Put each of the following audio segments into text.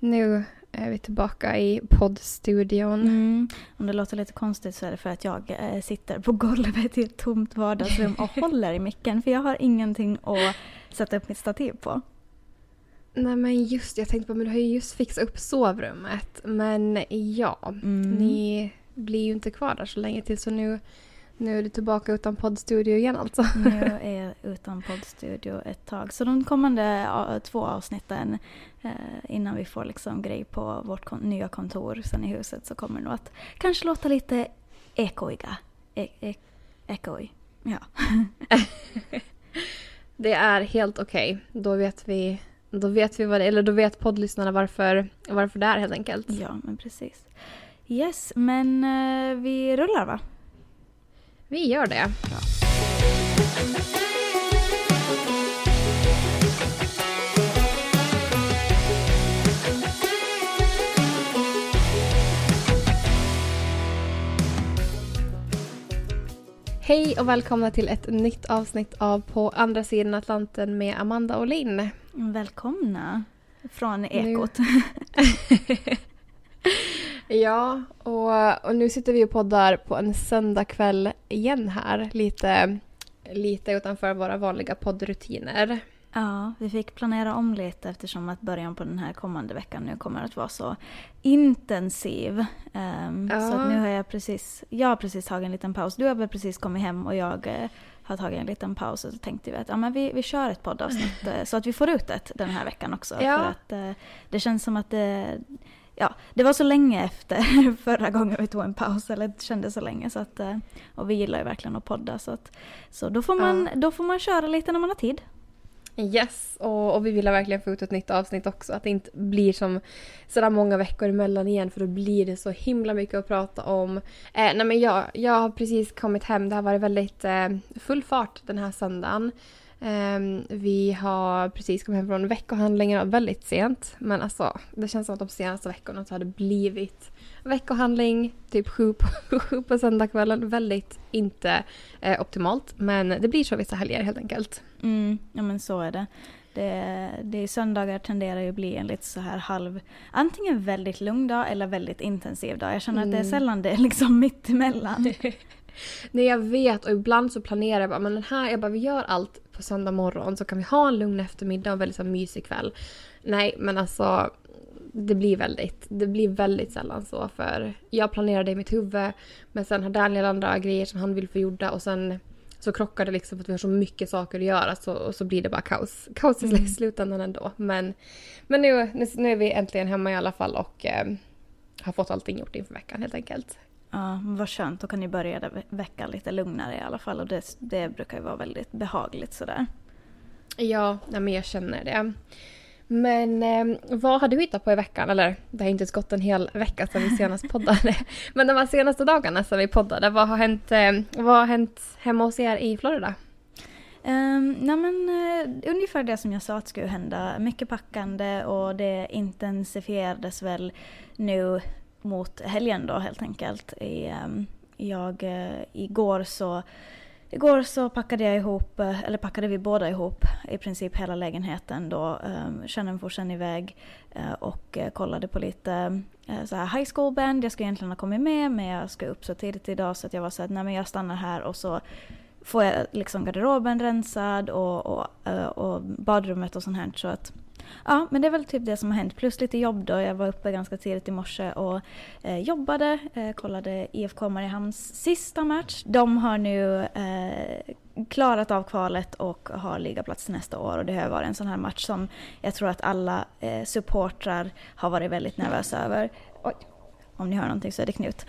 Nu är vi tillbaka i poddstudion. Om det låter lite konstigt så är det för att jag sitter på golvet i ett tomt vardagsrum och håller i micken. För jag har ingenting att sätta upp mitt stativ på. Nej men just, jag tänkte på, men du har ju just fixat upp sovrummet. Men ja, ni blir ju inte kvar där så länge till, så nu är du tillbaka utan poddstudio igen alltså. Nu är jag utan poddstudio ett tag. Så de kommande 2 avsnitten innan vi får liksom grej på vårt nya kontor sen i huset, så kommer det nog att kanske låta lite ekoiga. Ekoi. Ja. Det är helt okej. Då vet vi vad det, eller då vet poddlyssnarna varför det är helt enkelt. Ja, men precis. Yes, men vi rullar va? Vi gör det. Ja. Hej och välkomna till ett nytt avsnitt av På andra sidan Atlanten med Amanda och Linn. Välkomna från Ekot. Ja, och nu sitter vi och poddar på en söndagkväll igen här. Lite utanför våra vanliga poddrutiner. Ja, vi fick planera om lite eftersom att början på den här kommande veckan nu kommer att vara så intensiv. Så att nu har jag har precis tagit en liten paus. Du har väl precis kommit hem och jag har tagit en liten paus, och så tänkte vi att men vi kör ett poddavsnitt så att vi får ut det den här veckan också. Ja. För att det känns som att det var så länge efter förra gången vi tog en paus, eller det kändes så länge, så att, och vi gillar ju verkligen att podda, så då får man köra lite när man har tid. Yes, och vi vill verkligen få ut ett nytt avsnitt också. Att det inte blir som sådär många veckor emellan igen, för då blir det så himla mycket att prata om. Nej men jag har precis kommit hem. Det har varit väldigt full fart den här söndagen. Vi har precis kommit hem från veckohandlingen väldigt sent. Men alltså, det känns som att de senaste veckorna så har det blivit veckohandling typ 7 på söndagskvällen. Väldigt inte optimalt, men det blir så vissa helger helt enkelt. Ja men så är det. Det söndagar tenderar ju att bli en lite så här antingen väldigt lugn dag eller väldigt intensiv dag. Jag känner att det är sällan det är liksom mitt emellan. Nej, jag vet, och ibland så planerar jag bara, men vi gör allt på söndag morgon, så kan vi ha en lugn eftermiddag och väldigt så mysig kväll. Nej, men alltså det blir väldigt sällan så, för jag planerar det i mitt huvud, men sen har Daniel andra grejer som han vill få gjorda, och sen så krockar det liksom för att vi har så mycket saker att göra, så blir det bara kaos i slutändan ändå. Men nu är vi äntligen hemma i alla fall, och har fått allting gjort inför veckan helt enkelt. Ja, vad skönt. Då kan ni börja veckan lite lugnare i alla fall, och det brukar ju vara väldigt behagligt sådär. Ja, men jag känner det. Men vad har du hittat på i veckan? Eller, det har inte gått en hel vecka sedan vi senast poddade. Men de här senaste dagarna sedan vi poddade, vad har hänt hemma hos er i Florida? Ungefär det som jag sa att skulle hända. Mycket packande, och det intensifierades väl nu mot helgen då helt enkelt. Igår så packade vi båda ihop i princip hela lägenheten då. Känner for sen iväg och kollade på lite så här high school band. Jag ska egentligen ha kommit med, men jag ska upp så tidigt idag, så att jag var så att nej, men jag stannar här, och så får jag liksom garderoben rensad och badrummet och sånt här, så att ja, men det är väl typ det som har hänt. Plus lite jobb då. Jag var uppe ganska tidigt i morse och jobbade. Kollade IFK Mariehamns sista match. De har nu klarat av kvalet och har ligaplats nästa år. Och det har varit en sån här match som jag tror att alla supportrar har varit väldigt nervösa över. Oj, om ni hör någonting så är det Knut.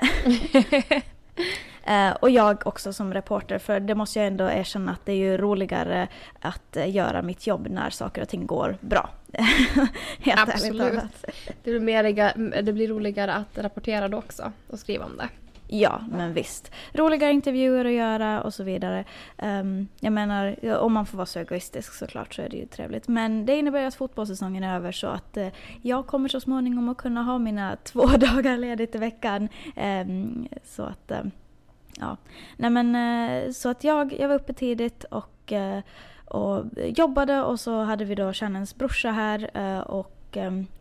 Och jag också som reporter, för det måste jag ändå erkänna att det är ju roligare att göra mitt jobb när saker och ting går bra. Helt absolut. Det blir roligare att rapportera då också och skriva om det. Ja, men visst. Roliga intervjuer att göra och så vidare. Jag menar, om man får vara så egoistisk såklart, så är det ju trevligt. Men det innebär att fotbollssäsongen är över, så att jag kommer så småningom att kunna ha mina 2 dagar ledigt i veckan. Så att ja. Nej, men så att jag var uppe tidigt och jobbade, och så hade vi då Shannons brorsa här och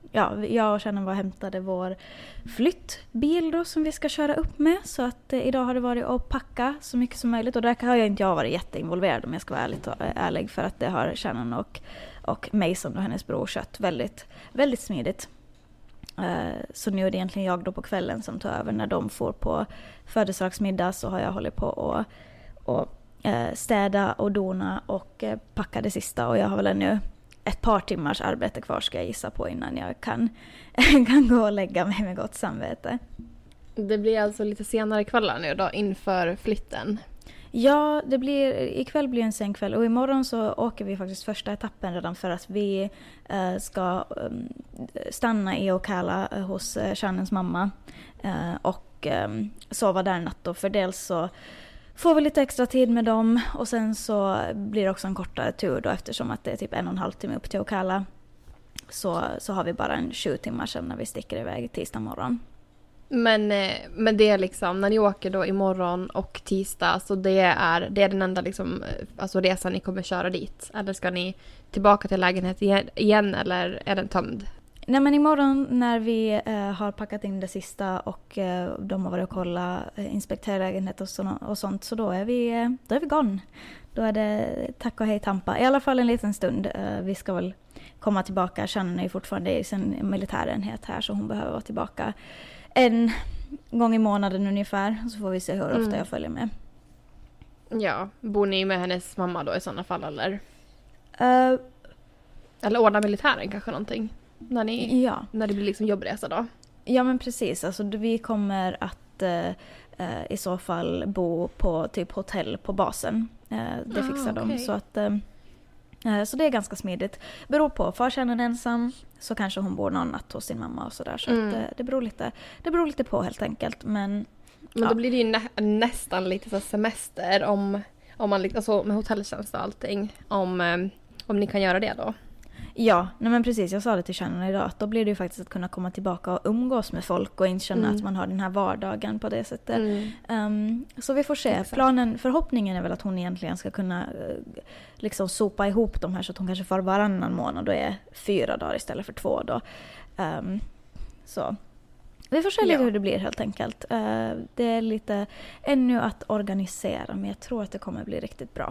jag och Shannon var och hämtade vår flyttbil då som vi ska köra upp med. Så att idag har det varit att packa så mycket som möjligt. Och där har jag inte varit jätteinvolverad om jag ska vara ärlig. För att det har Shannon och Mason och hennes bror skött väldigt, väldigt smidigt. Så nu är det egentligen jag då på kvällen som tar över. När de får på födelsedagsmiddag så har jag hållit på och städa och dona och packa det sista. Och jag har väl ännu ett par timmars arbete kvar ska jag gissa på innan jag kan gå och lägga mig med gott samvete. Det blir alltså lite senare kvällar nu då inför flytten? Ja, ikväll blir en sen kväll och imorgon så åker vi faktiskt första etappen redan för att vi ska stanna i Ocala hos Shannons mamma och sova där en natt då. För dels så får vi lite extra tid med dem och sen så blir det också en kortare tur då eftersom att det är typ 1,5 timme upp till Ocala. Så har vi bara en 7 timmar sen när vi sticker iväg tisdag morgon. Men det är liksom, när ni åker då imorgon och tisdag, så det är den enda liksom, alltså resan ni kommer köra dit? Eller ska ni tillbaka till lägenheten igen eller är den tömd? Nej, men imorgon när vi har packat in det sista och de har varit och kolla inspektera lägenhet och sånt, så då är vi gone. Då är det tack och hej Tampa. I alla fall en liten stund. Vi ska väl komma tillbaka. Shannon är ju fortfarande i sin militärenhet här så hon behöver vara tillbaka en gång i månaden ungefär. Så får vi se hur ofta jag följer med. Ja, bor ni med hennes mamma då i sådana fall eller? Eller ordnar militären kanske någonting? När det blir liksom jobbresa då? Ja men precis, alltså vi kommer att i så fall bo på typ hotell på basen. Det fixar de så att så det är ganska smidigt. Beror på, far känner ensam så kanske hon bor någon natt hos sin mamma och sådär. Så att, det beror lite på helt enkelt. Men då blir det ju nästan lite så semester om man alltså med hotelltjänst och allting. Om ni kan göra det då. Ja, nej men precis. Jag sa det till Shannon idag att då blir det ju faktiskt att kunna komma tillbaka och umgås med folk och inte känna att man har den här vardagen på det sättet. Så vi får se. Exakt. Förhoppningen är väl att hon egentligen ska kunna liksom sopa ihop de här så att hon kanske får varannan månad och är 4 dagar istället för 2 då. Så vi får se lite hur det blir helt enkelt. Det är lite ännu att organisera men jag tror att det kommer bli riktigt bra.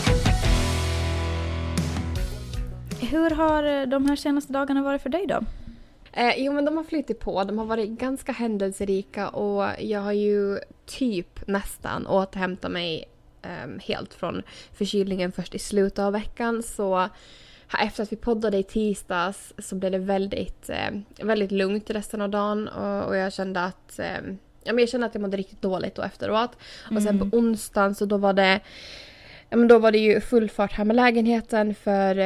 Hur har de här senaste dagarna varit för dig då? Jo men de har flyttat på. De har varit ganska händelserika och jag har ju typ nästan återhämtat mig helt från förkylningen först i slutet av veckan. Så efter att vi poddade i tisdags så blev det väldigt, väldigt lugnt resten av dagen och jag kände att jag kände att jag mådde riktigt dåligt då efteråt. Och sen på onsdagen så då var det ju full fart här med lägenheten för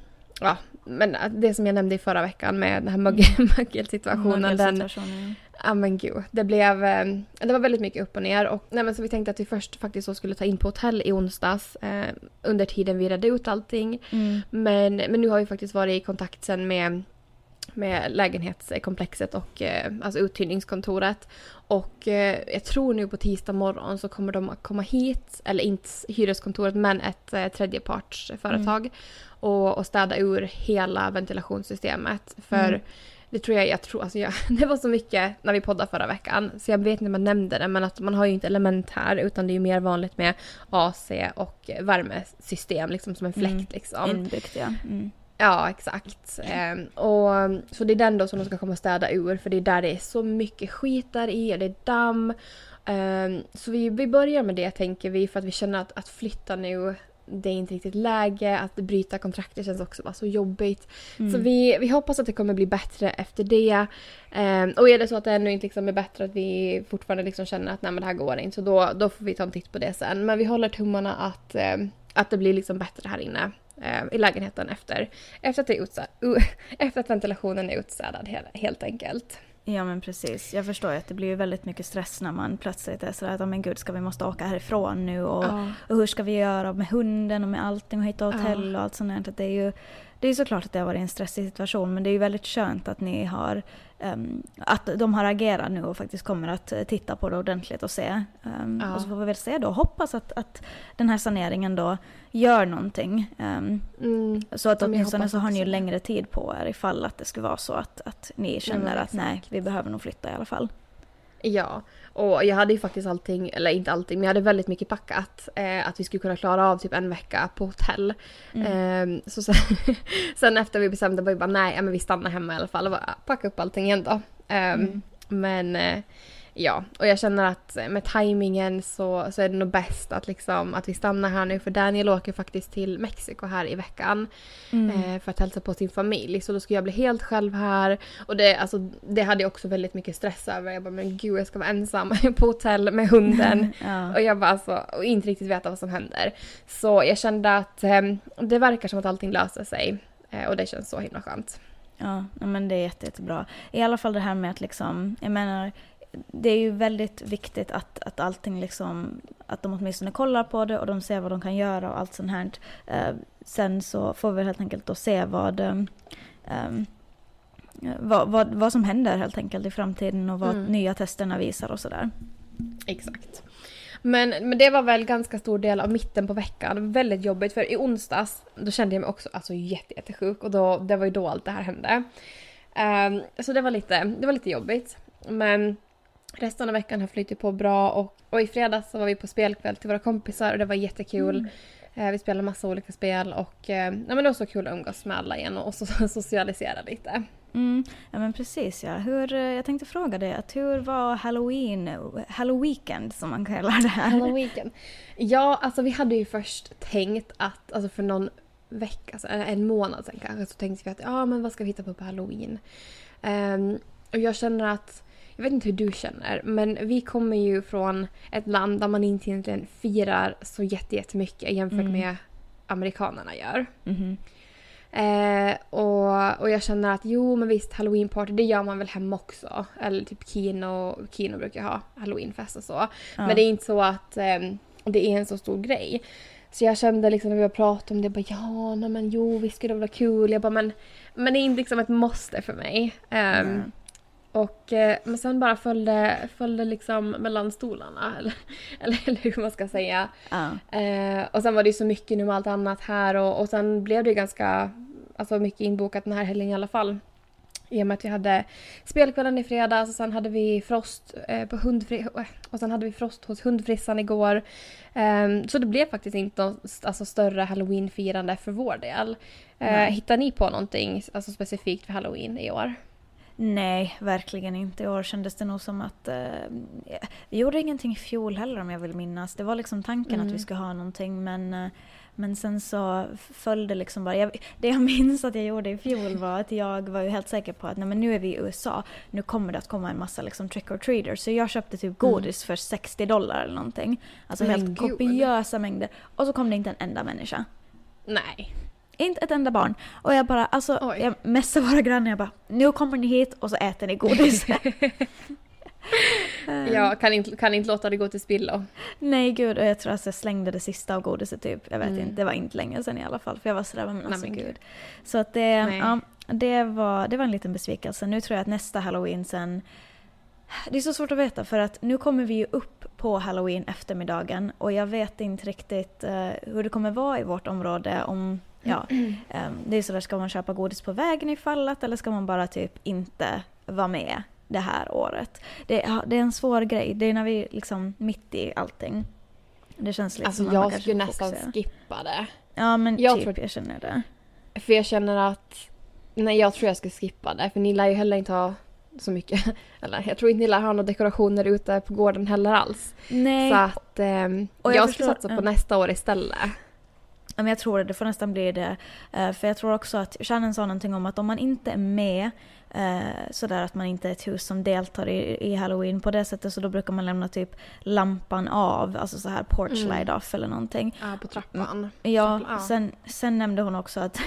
men det som jag nämnde i förra veckan med den här mögelsituationen. Ja men gud, det var väldigt mycket upp och ner och så vi tänkte att vi först faktiskt så skulle ta in på hotell i onsdags under tiden vi redde ut allting. Men nu har vi faktiskt varit i kontakt sen med lägenhetskomplexet och alltså uthyrningskontoret och jag tror nu på tisdag morgon så kommer de att komma hit, eller inte hyreskontoret men ett tredjepartsföretag och städa ur hela ventilationssystemet för det tror jag det var så mycket när vi poddade förra veckan så jag vet inte om man nämnde det men att man har ju inte element här utan det är ju mer vanligt med AC och värmesystem liksom som en fläkt liksom. Inbyggt, ja. Ja, exakt. Och så det är den då som de ska komma och städa ur för det är där det är så mycket skit där i och det är damm. Så vi börjar med det tänker vi för att vi känner att flytta nu det är inte riktigt läge att bryta kontraktet känns också bara så jobbigt. Så vi hoppas att det kommer bli bättre efter det. Och är det så att det ännu inte liksom är bättre att vi fortfarande liksom känner att nej men det här går inte så då får vi ta en titt på det sen. Men vi håller tummarna att det blir liksom bättre här inne i lägenheten efter att ventilationen är utstädad helt enkelt. Ja men precis, jag förstår ju att det blir ju väldigt mycket stress när man plötsligt är sådär att men gud ska vi måste åka härifrån nu och hur ska vi göra med hunden och med allting och hitta hotell och allt sånt där. Det är ju det är såklart att det har varit en stressig situation, men det är ju väldigt skönt att ni har att de har agerat nu och faktiskt kommer att titta på det ordentligt och se. Och så får vi väl se då, hoppas att den här saneringen då gör någonting. Så att åtminstone så har ni ju längre tid på er ifall att det skulle vara så att ni känner att nej, vi behöver nog flytta i alla fall. Ja, och jag hade ju faktiskt allting, eller inte allting, men jag hade väldigt mycket packat. Att vi skulle kunna klara av typ en vecka på hotell. Så sen efter vi bestämde var vi bara nej, men vi stannar hemma i alla fall och bara packa upp allting igen då. Men ja, och jag känner att med tajmingen så är det nog bäst att liksom att vi stannar här nu, för Daniel åker faktiskt till Mexiko här i veckan för att hälsa på sin familj, så då ska jag bli helt själv här, och det hade jag också väldigt mycket stress över. Jag bara, men gud, jag ska vara ensam på hotell med hunden och jag bara och inte riktigt veta vad som händer. Så jag kände att det verkar som att allting löser sig och det känns så himla skönt. Ja, men det är jättebra. I alla fall det här med att liksom, jag menar, det är ju väldigt viktigt att allting liksom, att de åtminstone kollar på det och de ser vad de kan göra och allt sånt här. Sen så får vi helt enkelt då se vad som händer helt enkelt i framtiden och vad nya testerna visar och sådär. Exakt. Men det var väl ganska stor del av mitten på veckan. Väldigt jobbigt, för i onsdags då kände jag mig också jättesjuk, och det var ju då allt det här hände. Så det var lite jobbigt. Men resten av veckan har flyttat på bra, och i fredags så var vi på spelkväll till våra kompisar och det var jättekul. Vi spelade massa olika spel och men det var så kul att umgås med alla igen och socialisera lite. Ja, men precis, ja. Jag tänkte fråga dig, att hur var Halloween som man kallar det här? Halloween. Ja, alltså vi hade ju först tänkt att för någon vecka, en månad sedan kanske, så tänkte vi att men vad ska vi hitta på Halloween? Och jag känner att, jag vet inte hur du känner, men vi kommer ju från ett land där man inte egentligen firar så jättemycket jämfört med amerikanerna gör. Och jag känner att men visst, Halloween party, det gör man väl hemma också, eller typ Kino brukar ha Halloweenfest och så, men det är inte så att det är en så stor grej. Så jag kände liksom när vi pratade om det, bara visst skulle det vara kul. Jag bara, men det är inte liksom ett måste för mig. Men sen bara följde liksom mellan stolarna, eller hur man ska säga. Och sen var det ju så mycket nu med allt annat här, och sen blev det ganska mycket inbokat den här helgen i alla fall. I och med att vi hade spelkvällen i fredags, och sen hade vi frost och sen hade vi frost hos hundfrissan igår. Så det blev faktiskt inte större Halloween-firande för vår del. Hittar ni på någonting specifikt för Halloween i år? Nej, verkligen inte. I år kändes det nog som att vi gjorde ingenting i fjol heller, om jag vill minnas. Det var liksom tanken att vi skulle ha någonting, men sen så följde liksom bara... Det jag minns att jag gjorde i fjol var att jag var ju helt säker på att men nu är vi i USA. Nu kommer det att komma en massa liksom trick-or-treaters. Så jag köpte typ godis för $60 eller någonting. Alltså helt kopiösa mängder. Och så kom det inte en enda människa. Nej. Inte ett enda barn. Och jag bara, jag messade våra grannar, jag bara, nu kommer ni hit och så äter ni godis. Jag kan inte låta det gå till spillo. Nej, gud, och jag tror att jag slängde det sista av godiset typ. Jag vet inte, det var inte länge sedan i alla fall. För jag var sådär, men gud. Så att det var en liten besvikelse. Nu tror jag att nästa Halloween sen... Det är så svårt att veta, för att nu kommer vi ju upp på Halloween eftermiddagen. Och jag vet inte riktigt hur det kommer vara i vårt område om... det är så där, ska man köpa godis på vägen i fallet, eller ska man bara typ inte vara med det här året? Det är en svår grej. Det är när vi liksom mitt i allting. Det känns liksom jag skulle nästan skippa det. Ja, men jag känner det. För jag känner att jag tror jag ska skippa det, för ni lär ju heller inte ha så mycket, eller jag tror inte ni lär ha några dekorationer ute på gården heller alls. Nej. Så att jag ska satsa på nästa år istället. Men jag tror det får nästan bli det. För jag tror också att Shannon sa någonting om att om man inte är med sådär att man inte är ett hus som deltar i Halloween på det sättet, så då brukar man lämna typ lampan av, alltså så här porch light off eller någonting. Ja, på trappan. Ja, sen nämnde hon också att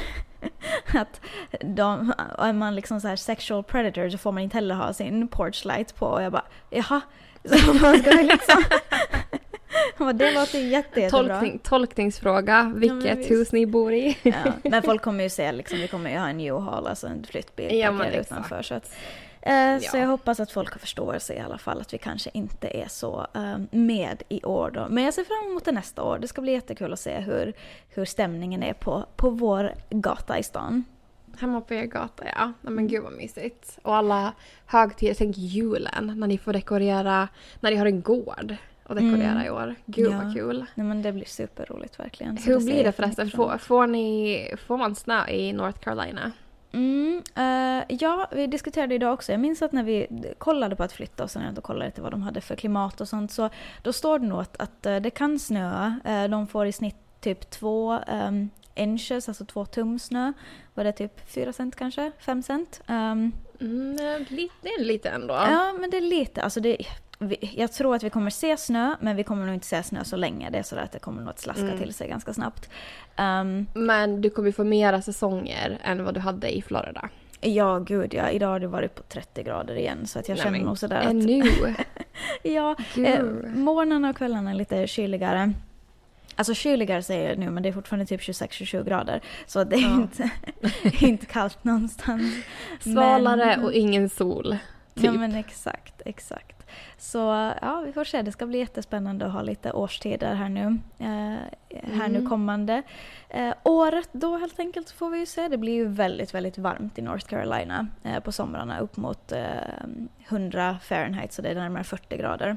är man liksom så här sexual predator, så får man inte heller ha sin porch light på, och jag bara, jaha, så man ska liksom Och det låter jättebra. Tolkningsfråga, vilket hus ni bor i. Ja, men folk kommer ju se, liksom, vi kommer ju ha en U-Haul, alltså en flyttbil utanför. Så jag hoppas att folk har förståelse i alla fall, att vi kanske inte är så med i år då. Men jag ser fram emot det nästa år. Det ska bli jättekul att se hur stämningen är på vår gata i stan. Hemma på er gata, ja. Men gud vad mysigt. Och alla högtider, tänk julen, när ni får dekorera, när ni har en gård och dekorera i år. Gud vad kul. Nej, men det blir superroligt verkligen. Så hur blir det förresten? Får man snö i North Carolina? Ja, vi diskuterade idag också. Jag minns att när vi kollade på att flytta och sen då kollade lite vad de hade för klimat och sånt, så då står det nog att det kan snöa. De får i snitt typ 2 inches, alltså 2 tum snö. Var det typ 4 cent kanske? 5 cent? Det är lite ändå. Ja, men det är lite. Alltså jag tror att vi kommer se snö, men vi kommer nog inte se snö så länge. Det är så att det kommer nog att slaska till sig ganska snabbt. Men du kommer få mera säsonger än vad du hade i Florida. Ja, gud ja. Idag har det varit på 30 grader igen, så att jag känner nog sådär att... Nu? Ja, morgnarna och kvällarna är lite kyligare. Alltså kyligare säger jag nu, men det är fortfarande typ 26-27 grader. Så det är inte kallt någonstans. Svalare och ingen sol. Typ. Ja, men exakt. Så ja, vi får se. Det ska bli jättespännande att ha lite årstider här nu. Nu kommande året då helt enkelt, får vi ju se. Det blir ju väldigt, väldigt varmt i North Carolina på somrarna, upp mot 100 Fahrenheit, så det är närmare 40 grader.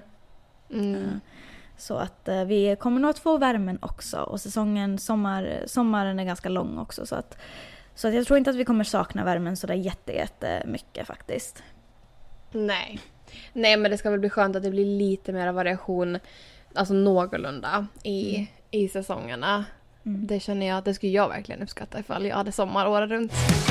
Så att vi kommer nog att få värmen också, och sommaren är ganska lång också, så att jag tror inte att vi kommer sakna värmen så där jättemycket faktiskt. Nej, men det ska väl bli skönt att det blir lite mer variation, alltså någorlunda i säsongerna. Det känner jag att det skulle jag verkligen uppskatta ifall jag hade sommar året runt.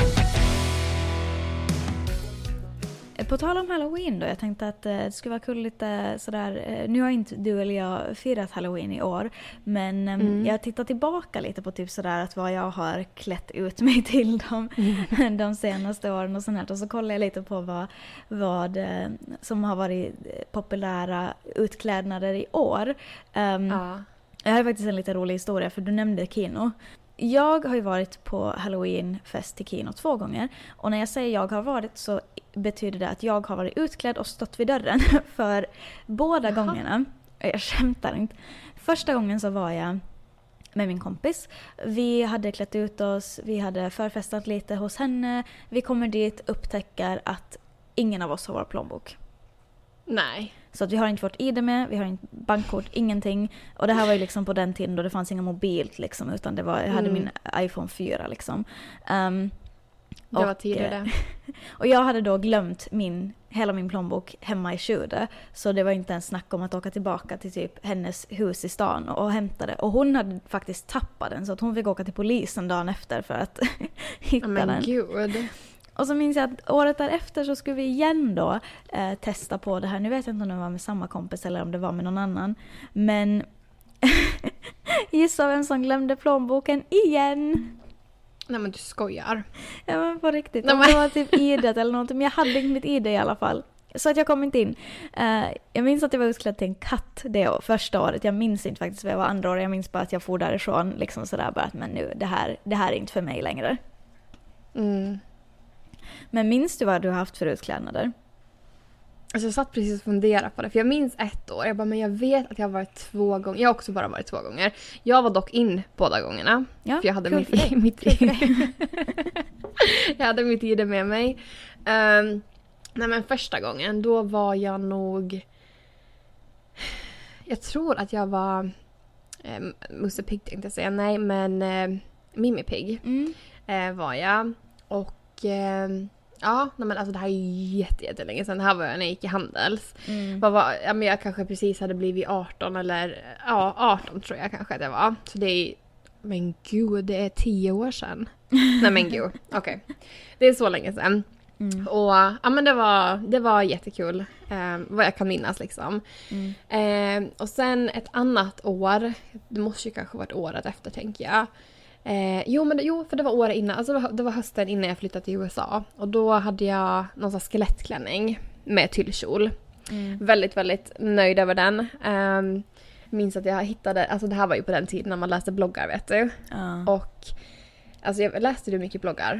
På tal om Halloween då, jag tänkte att det skulle vara kul lite sådär, nu har inte du eller jag firat Halloween i år, men jag tittar tillbaka lite på typ sådär att vad jag har klätt ut mig till de senaste åren och sånt här, och så kollar jag lite på vad som har varit populära utklädnader i år. Jag har faktiskt en lite rolig historia, för du nämnde Kino. Jag har ju varit på Halloween-fest i Kino 2 gånger. Och när jag säger jag har varit, så betyder det att jag har varit utklädd och stått vid dörren. För båda gångerna, jag skämtar inte. Första gången så var jag med min kompis. Vi hade klätt ut oss, vi hade förfestat lite hos henne. Vi kommer dit, upptäcker att ingen av oss har vår plånbok. Nej. Så att vi har inte fått ID med, vi har inte bankkort, ingenting. Och det här var ju liksom på den tiden då det fanns inga mobilt liksom, utan jag hade min iPhone 4 liksom. Det var tidigare. Och jag hade då glömt hela min plånbok hemma i Tjude. Så det var inte ens snack om att åka tillbaka till typ hennes hus i stan och hämta det. Och hon hade faktiskt tappat den, så att hon fick åka till polisen dagen efter för att hitta den. Men gud. Och så minns jag att året därefter så skulle vi igen då testa på det här. Nu vet jag inte om det var med samma kompis eller om det var med någon annan. Men gissa vem som glömde plånboken igen. Nej, men du skojar. Ja, men på riktigt. Det var typ ID eller någonting. Men jag hade inte mitt ID i alla fall. Så att jag kom inte in. Jag minns att jag var utklädd till en katt det första året. Jag minns inte faktiskt vad jag var andra året. Jag minns bara att jag for därifrån. Liksom sådär bara att men nu, det här är inte för mig längre. Men minns du vad du har haft för utklädnader? Alltså jag satt precis och funderade på det. För jag minns ett år. Jag bara, men jag vet att jag har varit 2 gånger. Jag har också bara varit 2 gånger. Jag var dock in båda gångerna. Ja, för jag hade mitt jag hade mitt ID med mig. Nej, men första gången, då var jag nog... Jag tror att jag var... Musse Pigg tänkte jag säga. Nej, men Mimmi Pigg var jag. Och... Ja, men alltså det här är ju jättelänge sedan. Det här var jag när jag gick i Handels. Men jag kanske precis hade blivit 18 eller... Ja, 18 tror jag kanske att jag var. Så det är... Men gud, det är 10 år sedan. Nej men gud, okej. Det är så länge sedan. Och ja, men det var jättekul. Vad jag kan minnas liksom. Och sen ett annat år. Det måste ju kanske varit året efter, tänker jag. Jo, för det var året innan. Alltså det var hösten innan jag flyttade till USA. Och då hade jag någon sån skelettklänning med tyllkjol. Väldigt, väldigt nöjd över den. minns att jag hittade, alltså det här var ju på den tiden när man läste bloggar, vet du. Och alltså läste du mycket bloggar?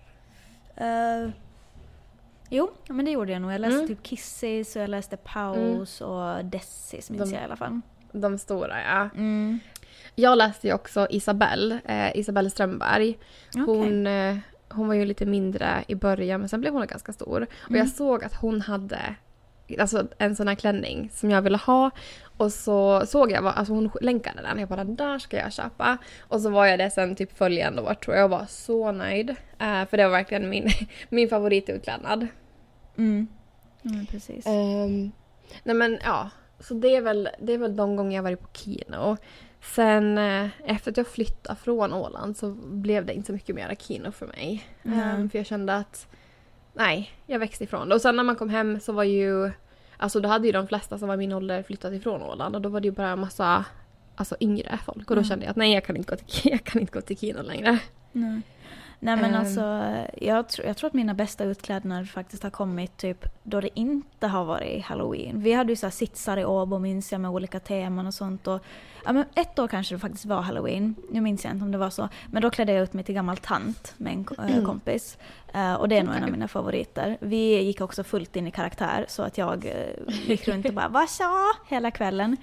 Jo, men det gjorde jag nog. Jag läste typ Kisses och jag läste Paus och Dessis, minns jag i alla fall. De stora, ja. Jag läste ju också Isabelle Strömberg. Hon var ju lite mindre i början, men sen blev hon ganska stor. Och jag såg att hon hade alltså en sån här klänning som jag ville ha. Och så såg jag, alltså hon länkade den. Jag bara, där ska jag köpa. Och så var jag det sen typ följande år, tror jag. Jag var så nöjd. För det var verkligen min favoritutklädnad. Precis. Nej men ja, så det är väl de gånger jag varit på kino. Sen efter att jag flyttade från Åland så blev det inte så mycket mer kino för mig. För jag kände att nej, jag växte ifrån det. Och sen när man kom hem så var ju, alltså då hade ju de flesta som var min ålder flyttat ifrån Åland. Och då var det ju bara en massa yngre folk. Och då kände jag att nej, jag kan inte gå till kino längre. Nej men alltså, jag tror att mina bästa utklädnader faktiskt har kommit typ då det inte har varit Halloween. Vi hade ju så här sitsar i Åbo, minns jag, med olika teman och sånt. Och, ja, men ett år kanske det faktiskt var Halloween. Nu minns jag inte om det var så. Men då klädde jag ut mig till gammal tant med en kompis. Och det är nog en av mina favoriter. Vi gick också fullt in i karaktär så att jag gick runt och bara, vad sa? Hela kvällen.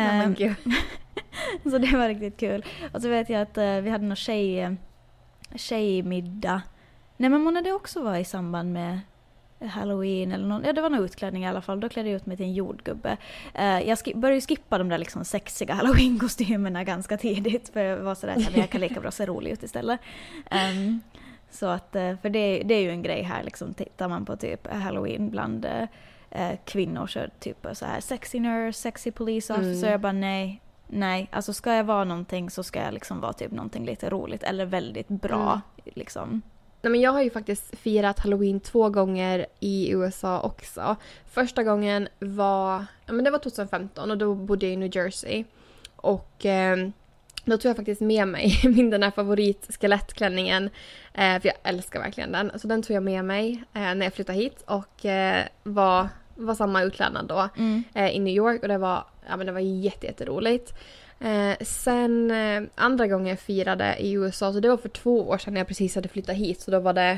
Så det var riktigt kul. Och så vet jag att vi hade någon tjejmiddag. Nej, men månne det också var i samband med Halloween eller någon. Ja, det var nog utklädning i alla fall. Då klädde jag ut mig till en jordgubbe. Jag började skippa de där liksom sexiga Halloween-kostymerna ganska tidigt. För det var sådär att jag kan lika bra se rolig ut istället. Så att, för det är ju en grej här liksom, tittar man på typ Halloween bland kvinnor så typ så här sexy nurse, sexy police officer. Jag bara nej, alltså ska jag vara någonting så ska jag liksom vara typ någonting lite roligt eller väldigt bra liksom. Nej, men jag har ju faktiskt firat Halloween 2 gånger i USA också. Första gången var, det var 2015 och då bodde jag i New Jersey. Och då tog jag faktiskt med mig den här favorit-skelettklänningen. För jag älskar verkligen den. Så den tog jag med mig när jag flyttade hit och var samma utklädnad då i New York. Och det var jätteroligt. Sen andra gången jag firade i USA, så det var för 2 år sedan när jag precis hade flyttat hit. Så då var det,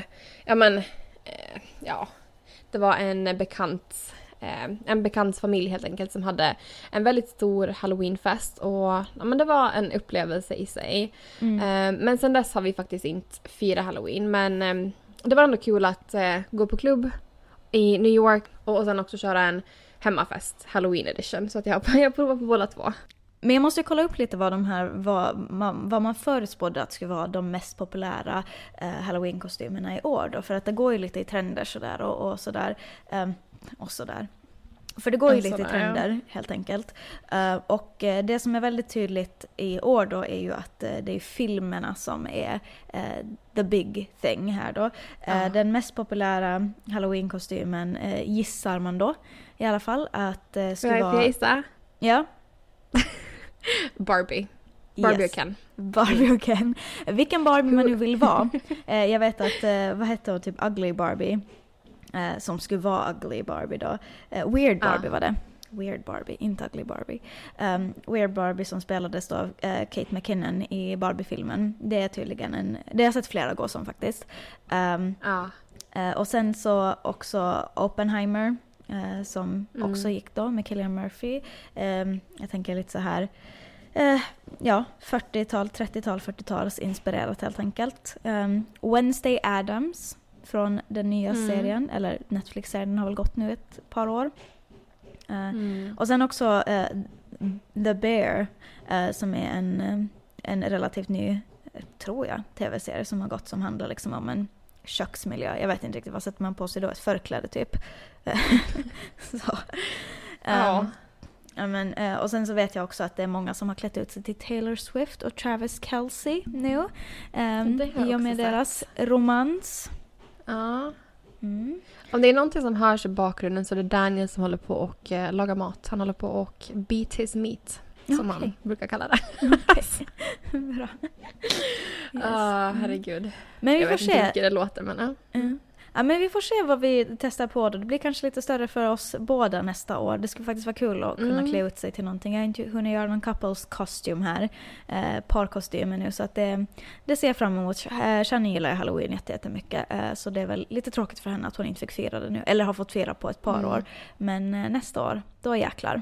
det var en bekants familj helt enkelt som hade en väldigt stor Halloweenfest. Och det var en upplevelse i sig. Men sen dess har vi faktiskt inte firat Halloween. Men det var ändå kul att gå på klubb i New York och sen också köra en hemmafest, Halloween edition. Så att jag provar på båda 2. Men jag måste kolla upp lite vad man förutspådde att skulle vara de mest populära Halloween-kostymerna i år då. För att det går ju lite i trender sådär och sådär. Och sådär. För det går ju lite i trender helt enkelt. Och det som är väldigt tydligt i år då är ju att det är filmerna som är the big thing här då. Den mest populära Halloween-kostymen gissar man då i alla fall att skulle vara... gissa? Ja. Barbie och Ken. Barbie och Ken. Vilken Barbie man nu vill vara. Jag vet att, vad heter det, typ Ugly Barbie. Som skulle vara Ugly Barbie då. Weird Barbie var det. Weird Barbie, inte Ugly Barbie. Weird Barbie som spelades då av Kate McKinnon i Barbie-filmen. Det är tydligen det har jag sett flera gå som faktiskt. Och sen så också Oppenheimer. Som också gick då med Cillian Murphy. Jag tänker lite så här 40-tal, 30-tal, 40-tals inspirerat helt enkelt. Wednesday Addams från den nya serien, eller Netflix-serien har väl gått nu ett par år. Och sen också The Bear som är en relativt ny, tror jag, tv-serie som har gått som handlar liksom om en köksmiljö. Jag vet inte riktigt vad sätter man på sig då, ett förkläde typ. Så. Och sen så vet jag också att det är många som har klätt ut sig till Taylor Swift och Travis Kelce nu. I och med deras romans. Ja. Om det är någonting som hörs i bakgrunden så är det Daniel som håller på och lagar mat. Han håller på och beat his meat, som man brukar kalla det. Bra. Herregud. Men vi jag får vet se. inte hur det låter, men Ja, men vi får se vad vi testar på då. Det blir kanske lite större för oss båda nästa år. Det skulle faktiskt vara kul att kunna klä ut sig till någonting. Jag har inte hunnit göra någon couples kostym här. Parkostymer nu, så att det ser jag fram emot. Shani gillar ju Halloween jättemycket. Så det är väl lite tråkigt för henne att hon inte fick fira det nu. Eller har fått fira på ett par år. Men nästa år, då jäklar.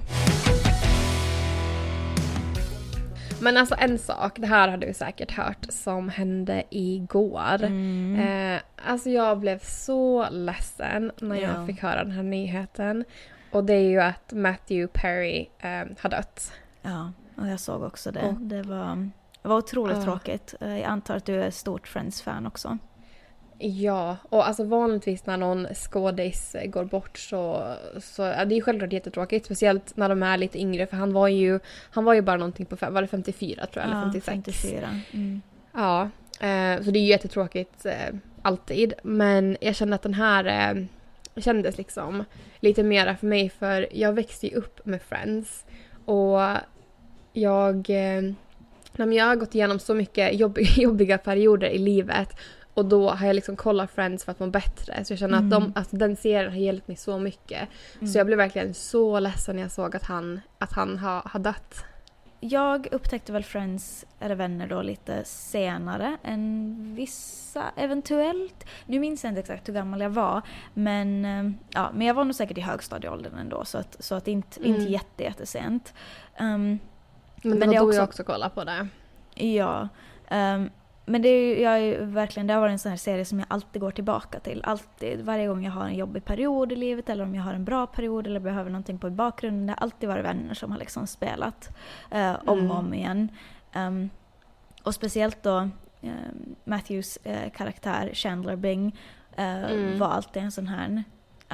Men alltså en sak, det här har du säkert hört, som hände igår. Alltså jag blev så ledsen när jag fick höra den här nyheten. Och det är ju att Matthew Perry har dött. Ja, och jag såg också det. Det var otroligt tråkigt. Jag antar att du är stort Friends-fan också. Ja, och alltså vanligtvis när någon skådis går bort så ja, det är ju självklart jättetråkigt, speciellt när de är lite yngre, för han var ju bara någonting på var det 54 tror jag, eller 56. 54. Ja, så det är ju jättetråkigt alltid, men jag kände att den här kändes liksom lite mera för mig, för jag växte ju upp med Friends och jag har gått igenom så mycket jobbiga perioder i livet. Och då har jag liksom kollat Friends för att må bättre. Så jag känner att den serien har hjälpt mig så mycket. Så jag blev verkligen så ledsen när jag såg att han har dött. Jag upptäckte väl Friends eller Vänner då lite senare än vissa eventuellt. Nu minns jag inte exakt hur gammal jag var. Men jag var nog säkert i högstadieåldern ändå. Så att inte jättesent. Men det var då jag också kollade på det. Ja. Men det har varit en sån här serie som jag alltid går tillbaka till. Alltid, varje gång jag har en jobbig period i livet, eller om jag har en bra period eller behöver någonting på bakgrunden. Det har alltid varit Vänner som har liksom spelat om och om igen. Och speciellt då Matthews karaktär Chandler Bing var alltid en sån här...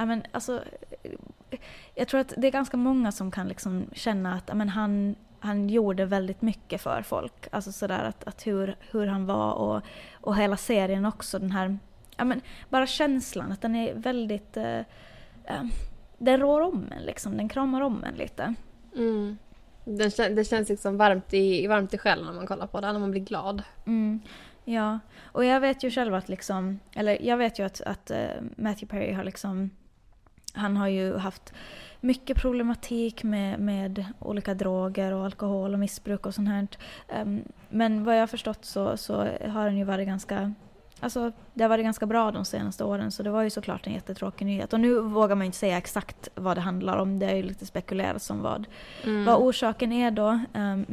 jag tror att det är ganska många som kan liksom känna att han gjorde väldigt mycket för folk. Alltså sådär att hur han var och hela serien också. Den här, bara känslan att den är väldigt... den rår om en liksom. Den kramar om en lite. Det känns liksom varmt i själen när man kollar på den, när man blir glad. Ja, och jag vet ju själv att liksom... Eller jag vet ju att Matthew Perry har liksom... Han har ju haft mycket problematik med olika droger och alkohol och missbruk och sånt här. Men vad jag har förstått så har han ju varit ganska... Alltså, det har varit ganska bra de senaste åren, så det var ju såklart en jättetråkig nyhet. Och nu vågar man inte säga exakt vad det handlar om. Det är ju lite spekulerat som vad orsaken är då.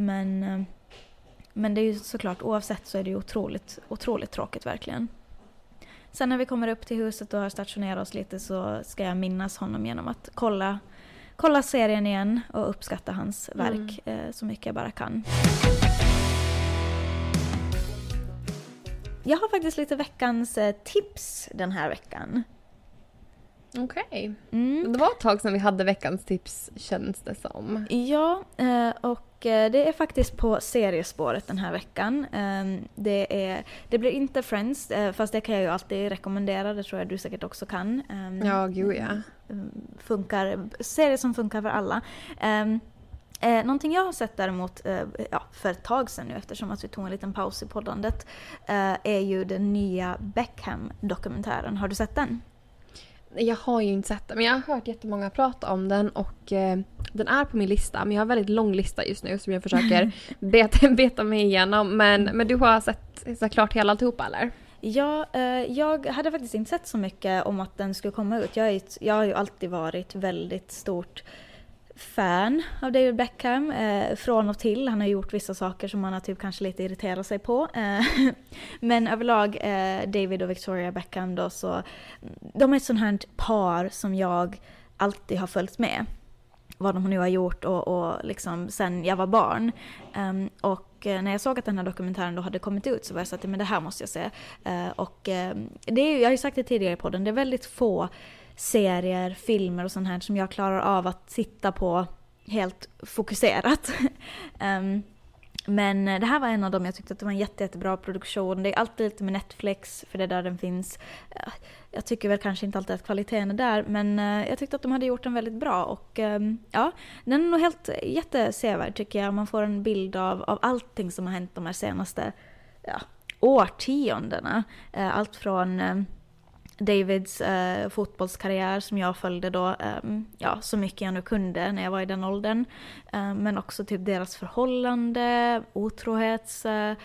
Men det är ju såklart, oavsett så är det ju otroligt tråkigt verkligen. Sen när vi kommer upp till huset och har stationerat oss lite så ska jag minnas honom genom att kolla serien igen och uppskatta hans verk så mycket jag bara kan. Jag har faktiskt lite veckans tips den här veckan. Okej. Det var ett tag sedan vi hade veckans tips, känns det som. Ja, och det är faktiskt på seriespåret den här veckan. Det blir inte Friends, fast det kan jag ju alltid rekommendera. Det tror jag du säkert också kan. Ja, gud ja. Serier som funkar för alla. Någonting jag har sett däremot för ett tag sedan nu, eftersom att vi tog en liten paus i poddandet, är ju den nya Beckham-dokumentären. Har du sett den? Jag har ju inte sett den, men jag har hört jättemånga prata om den och den är på min lista. Men jag har en väldigt lång lista just nu som jag försöker beta mig igenom. Men du har sett klart hela alltihopa, eller? Ja, jag hade faktiskt inte sett så mycket om att den skulle komma ut. Jag har ju alltid varit väldigt stort fan av David Beckham från och till. Han har gjort vissa saker som man har typ kanske lite irriterat sig på. Men överlag David och Victoria Beckham då, så de är ett sånt här par som jag alltid har följt med. Vad de nu har gjort och liksom sen jag var barn. Och när jag såg att den här dokumentären då hade kommit ut så var jag så att men det här måste jag se. Det är, jag har ju sagt det tidigare i podden, det är väldigt få serier, filmer och sånt här som jag klarar av att sitta på helt fokuserat. Men det här var en av dem. Jag tyckte att det var en jättebra produktion. Det är alltid lite med Netflix, för det är där den finns. Jag tycker väl kanske inte alltid att kvaliteten är där, men jag tyckte att de hade gjort den väldigt bra. Och ja, den är nog helt jättesevärd tycker jag. Man får en bild av allting som har hänt de här senaste årtiondena. Allt från Davids fotbollskarriär som jag följde då så mycket jag nu kunde när jag var i den åldern. Men också typ deras förhållande, otrohets,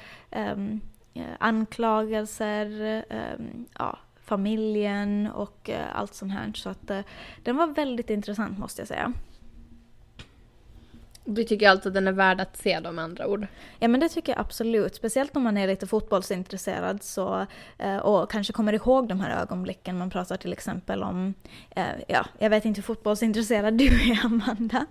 anklagelser, familjen och allt sånt här. Så att den var väldigt intressant, måste jag säga. Du tycker alltså att den är värd att se dem, med andra ord? Ja, men det tycker jag absolut. Speciellt om man är lite fotbollsintresserad så, och kanske kommer ihåg de här ögonblicken. Man pratar till exempel om, jag vet inte hur fotbollsintresserad du är, Amanda.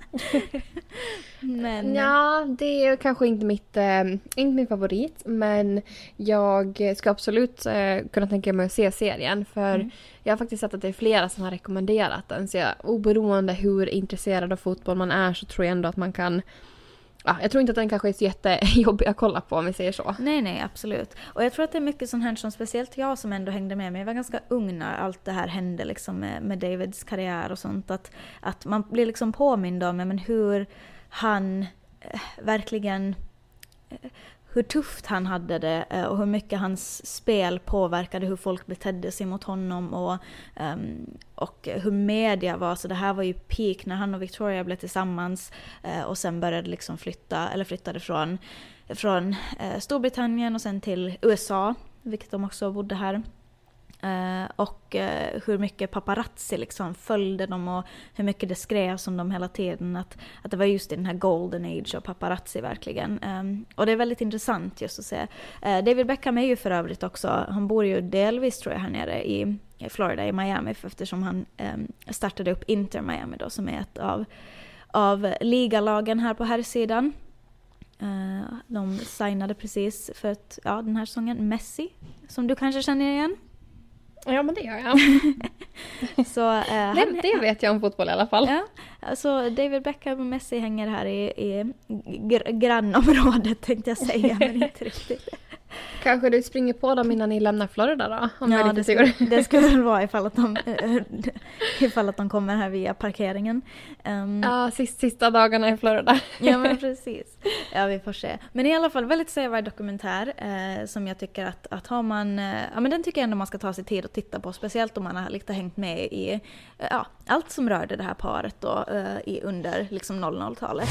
Men... Ja, det är kanske inte min favorit, men jag ska absolut kunna tänka mig att se serien, för jag har faktiskt sett att det är flera som har rekommenderat den, så oberoende hur intresserad av fotboll man är så tror jag ändå att man kan... Ja, jag tror inte att den kanske är så jättejobbig att kolla på, om vi säger så. Nej, absolut. Och jag tror att det är mycket sånt här som speciellt jag som ändå hängde med mig. Jag var ganska ung när allt det här hände liksom med Davids karriär och sånt. Att man blir liksom påmind om men hur han verkligen... hur tufft han hade det och hur mycket hans spel påverkade hur folk betedde sig mot honom och hur media var. Så det här var ju peak när han och Victoria blev tillsammans och sen började liksom flyttade från Storbritannien och sen till USA, vilket de också bodde här. Och hur mycket paparazzi liksom följde dem och hur mycket det skrevs om dem hela tiden, att det var just i den här golden age av paparazzi verkligen. Och det är väldigt intressant just att se. David Beckham är ju för övrigt också, han bor ju delvis tror jag här nere i Florida, i Miami, eftersom han startade upp Inter Miami då, som är ett av ligalagen här på här sidan. De signade precis för den här säsongen Messi, som du kanske känner igen. Ja, men det gör jag. Så, det vet jag om fotboll i alla fall. Ja, alltså David Beckham och Messi hänger här i grannområdet, tänkte jag säga, men inte riktigt. Kanske du springer på dem innan ni lämnar Florida då? Om ja, det skulle väl vara ifall att de kommer här via parkeringen. Ja, sista dagarna i Florida. Ja, men precis. Ja, vi får se. Men i alla fall, väldigt sevärd dokumentär som jag tycker att har man... men den tycker jag ändå man ska ta sig tid att titta på. Speciellt om man har lite hängt med i allt som rörde det här paret då, under liksom 00-talet.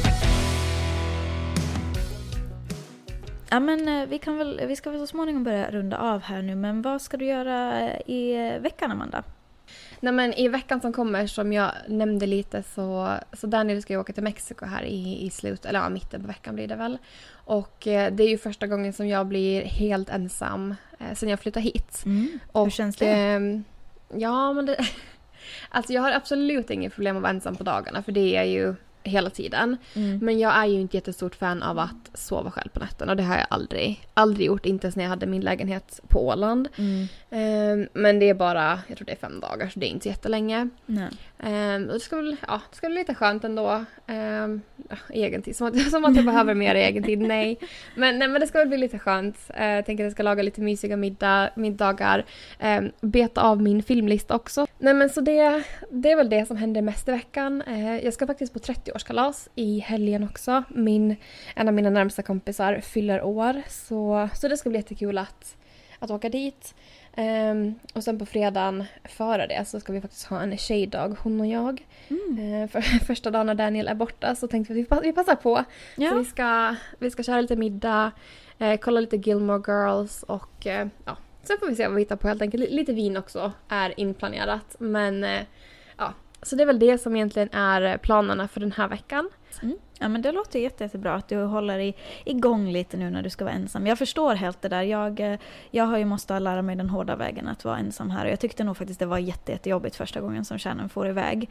Ja, men vi ska väl så småningom börja runda av här nu. Men vad ska du göra i veckan, Amanda? Nej, men i veckan som kommer, som jag nämnde lite, så Daniel ska ju åka till Mexiko här i mitten på veckan blir det väl. Och det är ju första gången som jag blir helt ensam sen jag flyttade hit. Och, hur känns det? Ja, men alltså jag har absolut inget problem att vara ensam på dagarna, för det är ju hela tiden. Men jag är ju inte jättestort fan av att sova själv på natten, och det har jag aldrig gjort, inte ens när jag hade min lägenhet på Åland. Men det är bara, jag tror det är 5 dagar, så det är inte så jättelänge. Och det ska bli lite skönt ändå. Egentid, som att jag behöver mer egentid, nej. Men det ska väl bli lite skönt. Jag tänker att jag ska laga lite mysiga middagar. Beta av min filmlista också. Nej, men så det är väl det som händer mest i veckan. Jag ska faktiskt på 30-årskalas i helgen också. En av mina närmsta kompisar fyller år. Så det ska bli jättekul att åka dit. Och sen på fredagen före det så ska vi faktiskt ha en tjejdag, hon och jag. För första dagen när Daniel är borta så tänkte vi att vi passar på. Ja. Så vi ska köra lite middag, kolla lite Gilmore Girls och sen får vi se vad vi hittar på helt enkelt. Lite vin också är inplanerat, men så det är väl det som egentligen är planerna för den här veckan. Ja, men det låter jättebra att du håller igång lite nu när du ska vara ensam. Jag förstår helt det där. Jag har ju måste lära mig den hårda vägen att vara ensam här. Och jag tyckte nog faktiskt det var jättejobbigt första gången som Shannon får iväg.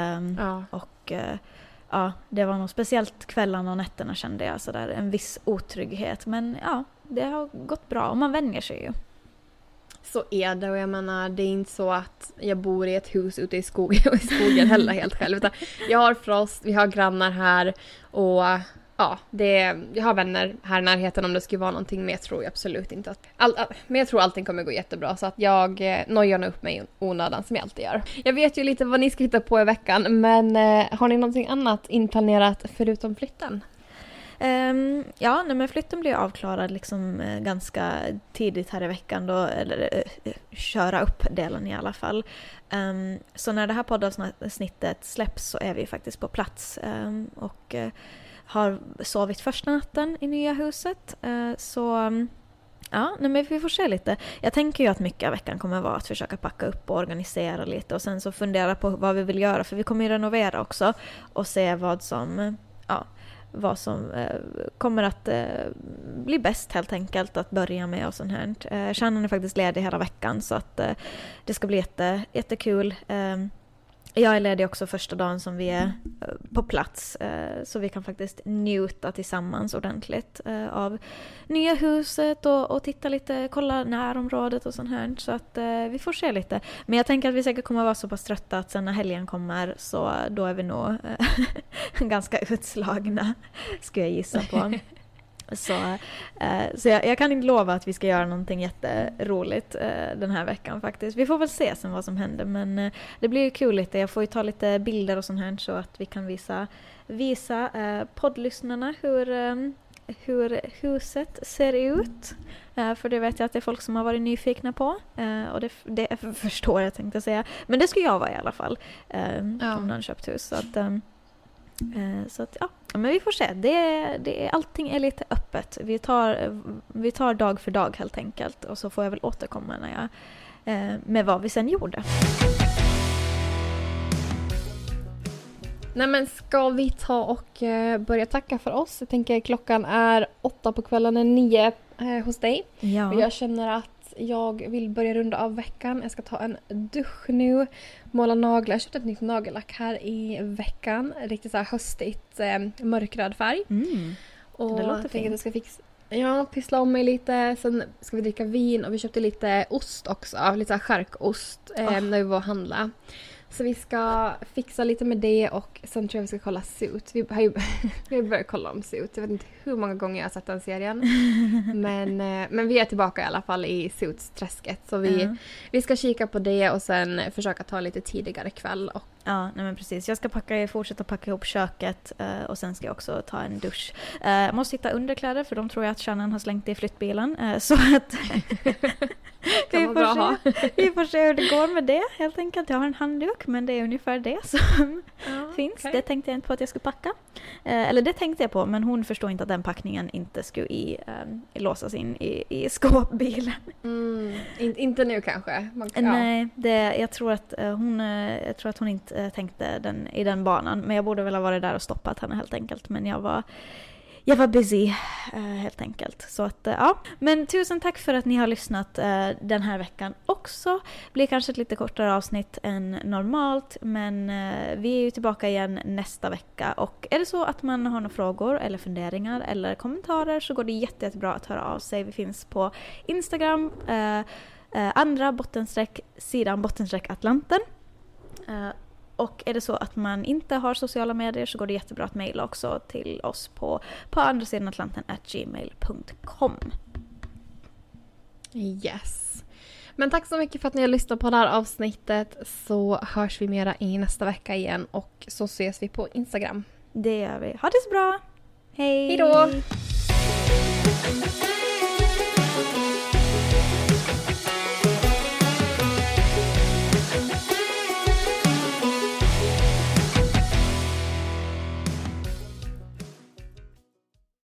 Och det var nog speciellt kvällarna och nätterna kände jag sådär en viss otrygghet. Men ja, det har gått bra och man vänjer sig ju. Så är det, och jag menar, det är inte så att jag bor i ett hus ute i skogen heller helt själv. Utan jag har frost, vi har grannar här och jag har vänner här i närheten om det skulle vara någonting, men jag tror absolut inte att... Men jag tror allting kommer gå jättebra, så att jag nöjer upp mig i onödan som jag alltid gör. Jag vet ju lite vad ni ska hitta på i veckan, men har ni någonting annat inplanerat förutom flytten? Ja, men flytten blir avklarad liksom ganska tidigt här i veckan då, eller köra upp delen i alla fall. Så när det här poddavsnittet släpps så är vi faktiskt på plats och har sovit första natten i nya huset. Så ja, men vi får se lite. Jag tänker ju att mycket av veckan kommer vara att försöka packa upp och organisera lite och sen så fundera på vad vi vill göra, för vi kommer ju renovera också och se vad som kommer att bli bäst helt enkelt att börja med och sånt här. Shannon är faktiskt ledig hela veckan så att det ska bli jättekul. Jag är ledig också första dagen som vi är på plats så vi kan faktiskt njuta tillsammans ordentligt av nya huset och titta lite, kolla närområdet och sånt här. Så att vi får se lite. Men jag tänker att vi säkert kommer vara så pass trötta att sen när helgen kommer så då är vi nog ganska utslagna, skulle jag gissa på. Så jag kan inte lova att vi ska göra någonting jätteroligt den här veckan faktiskt. Vi får väl se sen vad som händer, men det blir ju kul lite. Jag får ju ta lite bilder och sånt här så att vi kan visa poddlyssnarna hur huset ser ut. För det vet jag att det är folk som har varit nyfikna på. Och det förstår jag, tänkte säga. Men det skulle jag vara i alla fall om någon köpt hus. Så att ja, men vi får se. Allting är lite öppet. Vi tar dag för dag helt enkelt. Och så får jag väl återkomma med vad vi sen gjorde. Nej, men ska vi ta och börja tacka för oss? Jag tänker klockan är 8 på kvällen, är 9 hos dig. Ja. Och jag känner att jag vill börja runda av veckan. Jag ska ta en dusch nu, måla naglar. Jag köpte ett nytt nagellack här i veckan. Riktigt så här höstigt, mörkröd färg. Och det låter jag fint. att jag ska pyssla om mig lite. Sen ska vi dricka vin och vi köpte lite ost också. Lite så här skärkost när vi var och handla. Så vi ska fixa lite med det och sen tror jag vi ska kolla Suits. Vi har börjat kolla om Suits. Jag vet inte hur många gånger jag har sett den serien. Men vi är tillbaka i alla fall i Suits-träsket. Så vi ska kika på det och sen försöka ta lite tidigare kväll. Ja, nej men precis. Jag ska fortsätta packa ihop köket och sen ska jag också ta en dusch. Måste hitta underkläder för de tror jag att Shannon har slängt i flyttbilen. Så att vi får se hur det går med det helt enkelt. Jag har en handduk men det är ungefär det som finns. Okay. Det tänkte jag inte på att jag skulle packa. Eller det tänkte jag på, men hon förstår inte att den packningen inte skulle låsas in i skåpbilen. Inte nu kanske. Nej, jag tror att hon inte tänkte i den banan. Men jag borde väl ha varit där och stoppat henne helt enkelt. Men jag var busy helt enkelt. Så att ja. Men tusen tack för att ni har lyssnat den här veckan också. Blir kanske ett lite kortare avsnitt än normalt. Men vi är ju tillbaka igen nästa vecka. Och är det så att man har några frågor eller funderingar eller kommentarer så går det jättebra att höra av sig. Vi finns på Instagram, _sidan_Atlanten. Och är det så att man inte har sociala medier så går det jättebra att mejla också till oss på andrasidanatlanten@gmail.com. Yes. Men tack så mycket för att ni har lyssnat på det här avsnittet, så hörs vi mera i nästa vecka igen och så ses vi på Instagram. Det gör vi. Ha det så bra. Hej! Hej då!